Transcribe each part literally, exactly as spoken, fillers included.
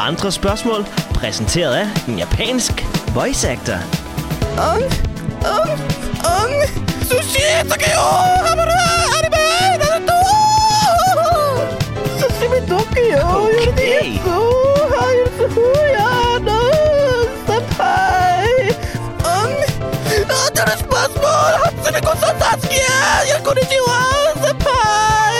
andre spørgsmål præsenteret af en japansk voice actor. Ong, ong, ong, sushi, takeo, hamara, anime, naruto, sashimi, tokyo, Okay. yoridiyasu, hayursuhu, yano, senpai, ong, der er spørgsmål, hatsumiku, saskia, jeg konnichiwa, senpai.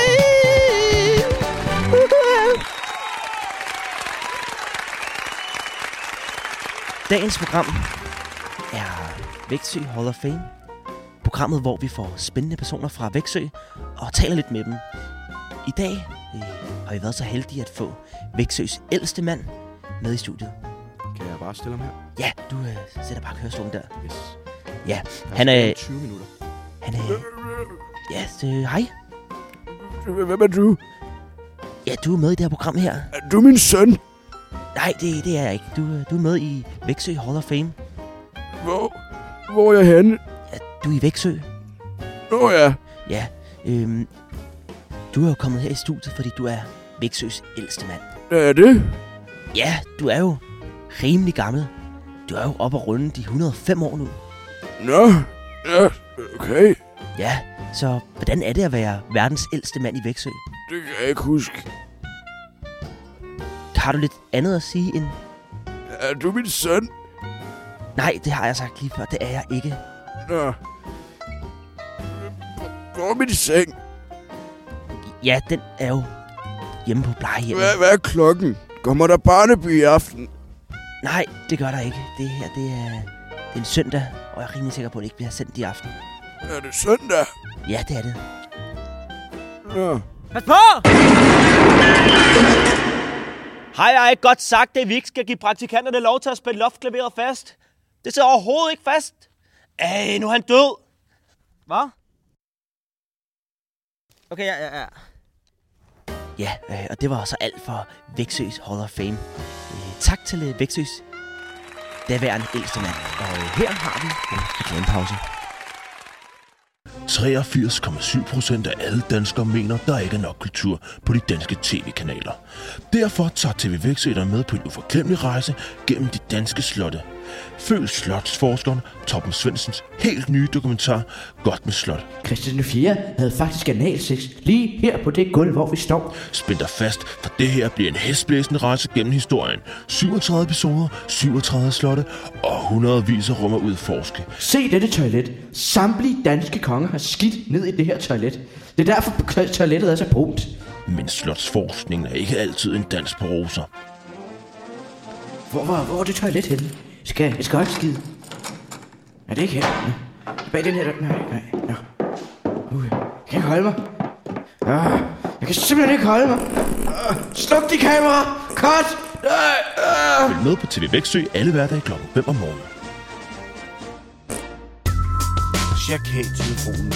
Dagens program er Växjö Hall of Fame. Programmet, hvor vi får spændende personer fra Växjö og taler lidt med dem. I dag øh, har vi været så heldige at få Växjös ældste mand med i studiet. Kan jeg bare stille ham her? Ja, du øh, sætter bare kørestolen der. Yes. Ja, han er... tyve minutter. Han er... Ja, så, hej. Hvem er du? Ja, du er med i det her program her. Er du min søn? Nej, det, det er jeg ikke. Du, øh, du er med i Växjö Hall of Fame. Hvor? Hvor er jeg henne? Ja, du er i Växjö. Nå ja. Ja, øhm... Du er jo kommet her i studiet, fordi du er Växjös ældste mand. Er det? Ja, du er jo rimelig gammel. Du er jo oppe at runde de et hundrede og fem år nu. Nå, ja, okay. Ja, så hvordan er det at være verdens ældste mand i Växjö? Det kan jeg ikke huske. Har du lidt andet at sige end... Er du min søn? Nej, det har jeg sagt lige før. Det er jeg ikke. Nå. Hvor er min seng? Ja, den er jo hjemme på plejehjemmet. Hvad, hvad er klokken? Kommer der barneby i aften? Nej, det gør der ikke. Det her, det er, det er en søndag, og jeg er rimelig sikker på, at det ikke bliver sendt i aften. Er det søndag? Ja, det er det. Nå. Pas på! Har jeg ikke godt sagt, at vi ikke skal give praktikanterne lov til at spille loftklaveret fast? Det sidder overhovedet ikke fast. Ej, nu er han død. Hvad? Okay, ja, ja, ja. Ja, øh, og det var så alt for Växjös Hall of Fame. Øh, tak til øh, Växjös daværende ældste mand. Og øh, her har vi en reklamepause. treogfirs komma syv procent af alle danskere mener, der ikke er nok kultur på de danske tv-kanaler. Derfor tager T V Växjö dig med på en uforglemmelig rejse gennem de danske slotte. Følg slotsforskeren Torben Svendsens helt nye dokumentar Godt med slot. Christian den fjerde havde faktisk analsex lige her på det gulv, hvor vi står. Spænd dig fast, for det her bliver en hestblæsende rejse gennem historien. syvogtredive episoder, syvogtredive slotte og hundredvis af rum at udforske. Se dette toilet. Samtlige danske konger har skidt ned i det her toilet. Det er derfor, toilettet er så brunt. Men slotsforskningen er ikke altid en dans på roser. Hvor, hvor, hvor er det toilet henne? Skal, jeg skal også skide. Er det ikke her? Bag den her... Der. Nej, nej, nej. Uh, jeg kan ikke holde mig. Uh, jeg kan simpelthen ikke holde mig. Uh, sluk de kamera! Cut! Uh, uh. Følg med på T V Växjö alle hverdage klokken fem om morgenen. Tjek her telefonen.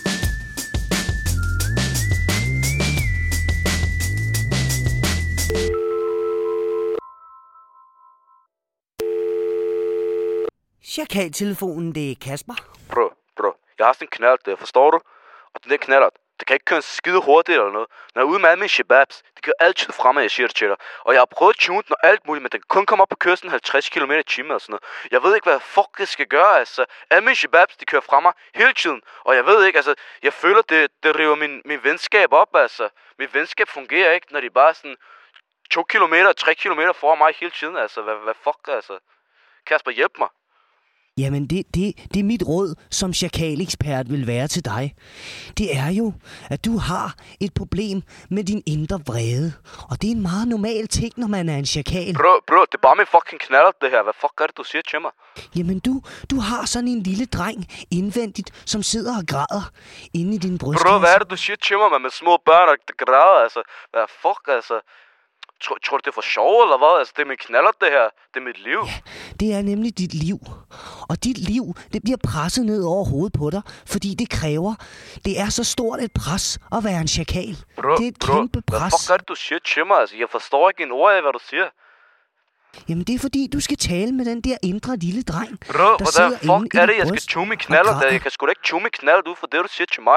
Chakal-telefonen, det er Kasper. Bro, bro, jeg har sådan en knald der, forstår du? Og den der knallert, det kan ikke køre skide hurtigt eller noget. Når jeg er ude med alle mine shababs, det kører altid fremad, jeg siger det til dig. Og jeg har prøvet at tune den og alt muligt, men den kan kun komme op på kørslen halvtreds kilometer i timen og sådan noget. Jeg ved ikke, hvad fuck jeg skal gøre, altså. Alle mine shababs, de kører frem mig hele tiden. Og jeg ved ikke, altså, jeg føler, det, det river min, min venskab op, altså. Min venskab fungerer ikke, når de bare er sådan to kilometer, tre kilometer foran mig hele tiden, altså. Hvad, hvad fuck, altså. Kasper, hjælp mig. Jamen, det, det, det er mit råd som chakal-ekspert vil være til dig. Det er jo, at du har et problem med din indre vrede. Og det er en meget normal ting, når man er en chakal. Bro, bro, det er bare min fucking knaller, det her. Hvad fuck er det, du siger til mig? Jamen, du, du har sådan en lille dreng indvendigt, som sidder og græder inde i din brystkasse. Bro, hvad er det, du siger til mig, man, med små børn, der græder, altså? Hvad fuck, altså? Tror, tror du, det er for sjov, eller hvad? Altså, det er min knaller, det her. Det er mit liv. Ja, det er nemlig dit liv. Og dit liv, det bliver presset ned over hovedet på dig, fordi det kræver, det er så stort et pres at være en chakal. Bro, det er et bro, kæmpe pres. hvad fuck er det, du siger til mig? Altså, jeg forstår ikke en ord af, hvad du siger. Jamen, det er fordi, du skal tale med den der indre lille dreng, Bro, der hvordan fuck er det, jeg skal bryst tune min knaller? og græder. Jeg kan sgu da ikke tune min knaller ud for det, du siger til mig.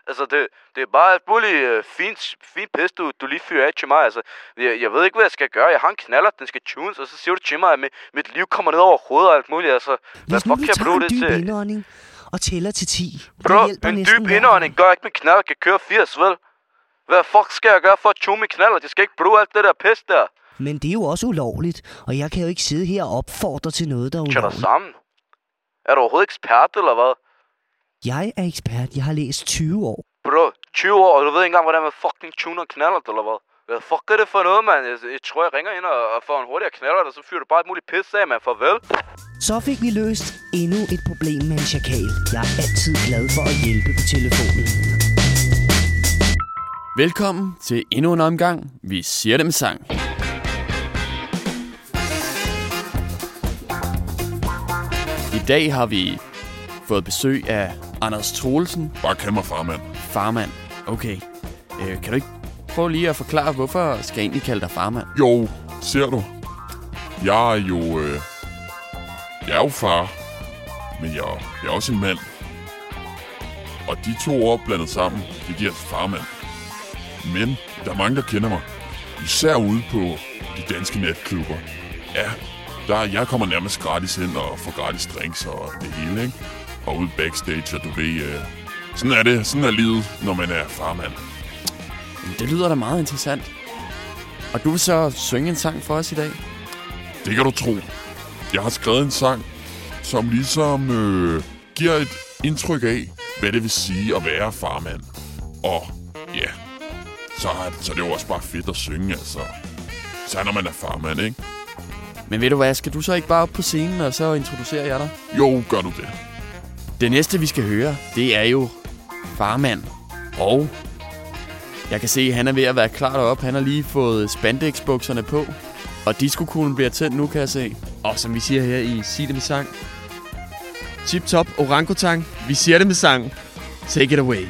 Altså, det, det er bare et muligt øh, fint, fint pis, du, du lige fyrer af til mig. Altså, jeg, jeg ved ikke, hvad jeg skal gøre. Jeg har en knaller, den skal tunes, og så siger du til mig, at mit, mit liv kommer ned over hovedet og alt muligt. Altså, hvad fuck kan jeg bruge det til? Hvis nu du tager en dyb indånding og tæller til ti. Bro, en dyb indånding gør ikke, min knaller kan køre firs, vel? Hvad fuck skal jeg gøre for at tune min knaller? Jeg skal ikke bruge alt det der pis der. Men det er jo også ulovligt, og jeg kan jo ikke sidde her og opfordre til noget, der er ulovligt. Tag dig sammen. Er du overhovedet ekspert, eller hvad? Jeg er ekspert. Jeg har læst tyve år. Bro, tyve år, og du ved ikke engang, hvordan man fucking tuner knaller, eller hvad? Hvad fuck er det for noget, mand? Jeg, jeg tror, jeg ringer ind og, og får en hurtigere knaller, og så fyrer du bare et muligt pis af, mand. Farvel. Så fik vi løst endnu et problem med en chakal. Jeg er altid glad for at hjælpe på telefonen. Velkommen til endnu en omgang. Vi siger det med sang. I dag har vi fået besøg af Anders Troelsen. Bare kald mig farmand. Farmand. Okay. Øh, kan du ikke prøve lige at forklare, hvorfor skal jeg egentlig kalde dig farmand? Jo, ser du. Jeg er jo... Øh, jeg er jo far. Men jeg, jeg er også en mand. Og de to ord blandet sammen, det giver altså farmand. Men der er mange, der kender mig. Især ude på de danske natklubber. Ja, der jeg kommer nærmest gratis hen og får gratis drinks og det hele, ikke? Og ude backstage, og du ved... Øh, sådan er det. Sådan er livet, når man er farmand. Det lyder da meget interessant. Og du vil så synge en sang for os i dag? Det kan du tro. Jeg har skrevet en sang, som ligesom øh, giver et indtryk af, hvad det vil sige at være farmand. Og ja, så er, det, så er det jo også bare fedt at synge, altså. Så når man er farmand, ikke? Men ved du hvad, skal du så ikke bare op på scenen, og så introducerer jeg dig? Jo, gør du det. Det næste, vi skal høre, det er jo Farmand. Og jeg kan se, at han er ved at være klar deroppe. Han har lige fået spandex-bukserne på. Og disco-kuglen bliver tændt nu, kan jeg se. Og som vi siger her i Sig det med sang. Tip top, orangutang. Vi siger det med sang. Take it away.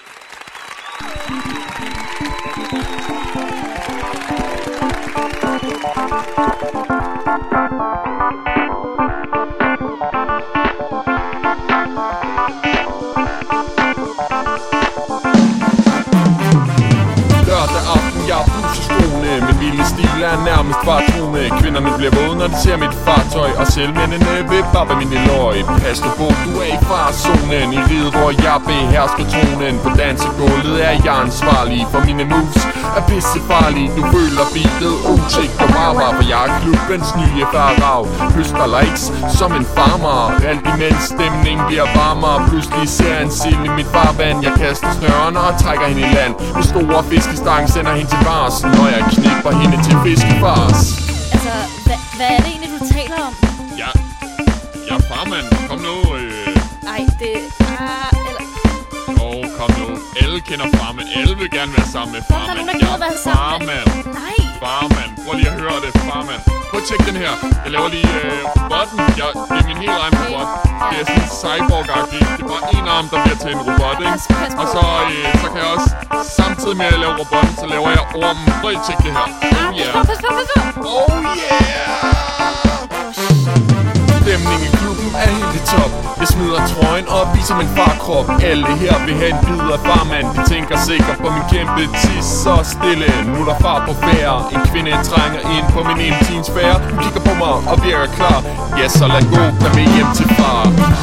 Jeg er pusestående, min vilde stil er nærmest fartruende. Kvinderne bliver våde, når de ser mit fartøj, og selv mændene vil babbe mine løg. Pas du på, du er i farzonen, i riget hvor jeg behersker tonen. På dansegulvet er jeg ansvarlig, for mine moves er pissefarlige. Du føler beatet, utik på barbar, for jeg er klubbens nye farrav. Høster likes som en farmer, alt imens stemningen bliver varmere. Pludselig ser en sild i mit farvand, jeg kaster snørene og trækker hende i land. Med store fiskestang sender hende til bars, når jeg knipper hende til fiskefars. Altså, hva, hvad er det egentlig, du taler om? Ja, jeg er farmand. Kom nu. Øh... Nej, det er... Eller... Åh, oh, kom nu. Alle kender farmand. Alle vil gerne være sammen med farmand. Der er nogen, der gider være sammen med... Nej. Farmand. Prøv lige at høre det, farmand. Prøv at tjekke den her. Jeg laver lige øh, robotten. Jeg, det er min helt egen robot. Det er sådan cyborg-agtigt. Det er bare en arm, der bliver til en robot, ikke? Og så, øh, så kan jeg også, samtidig med at jeg laver robotten, så laver jeg ormen. Prøv lige at tjekke det her. Oh yeah. Pas på, pas på. Oh yeah. Stemningen i klubben er helt i top. Jeg smider trøjen og viser min farkrop. Alle her vil have en bid af farmand. De tænker sikkert på min kæmpe tis. Så stille, nu er der far på færre. En kvinde trænger ind på min intimsfære. Hun kigger på mig og virker klar. Ja, så lad gå, der med hjem til far.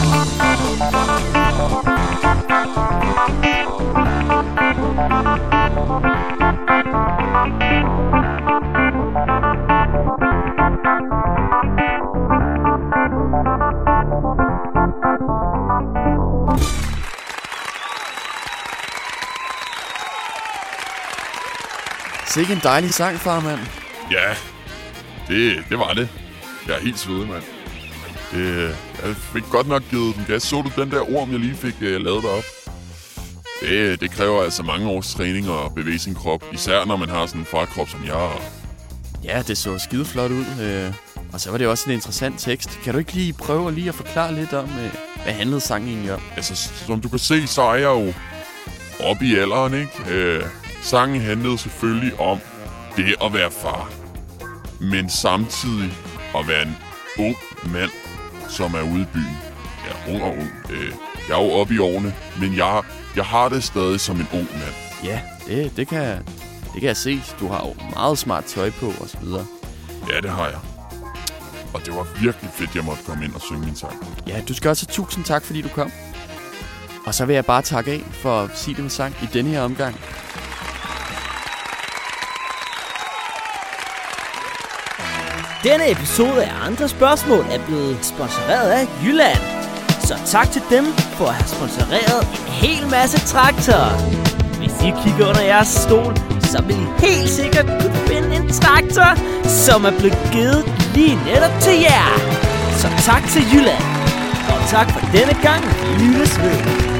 Sikke en dejlig sang, farmand. Ja, det, det var det. Jeg er helt svedig, mand. Det, jeg fik godt nok givet den gas. Så du den der orm, jeg lige fik uh, lavet derop? Det, det kræver altså mange års træning at bevæge sin krop. Især når man har sådan en fartkrop, som jeg har. Ja, det så skide flot ud. Øh, og så var det også en interessant tekst. Kan du ikke lige prøve lige at forklare lidt om, øh, hvad handlede sangen egentlig om? Altså, som du kan se, så er jeg jo oppe i alderen, ikke? Øh, sangen handlede selvfølgelig om det at være far. Men samtidig at være en ung mand, som er ude i byen. Ja, ung og ung. Øh, Jeg er jo oppe i årene, men jeg, jeg har det stadig som en ung mand. Ja, det, det, kan, det kan jeg se. Du har jo meget smart tøj på og så videre. Ja, det har jeg. Og det var virkelig fedt, jeg måtte komme ind og synge min sang. Ja, du skal også have tusind tak, fordi du kom. Og så vil jeg bare takke af for at sige det med sang i denne her omgang. Denne episode af Andre Spørgsmål er blevet sponsoreret af Jylland. Så tak til dem for at have sponsoreret en hel masse traktorer. Hvis I kigger under jeres stol, så vil I helt sikkert kunne finde en traktor, som er blevet givet lige netop til jer. Så tak til Jylland. Og tak for denne gang. Vi lyttes ved.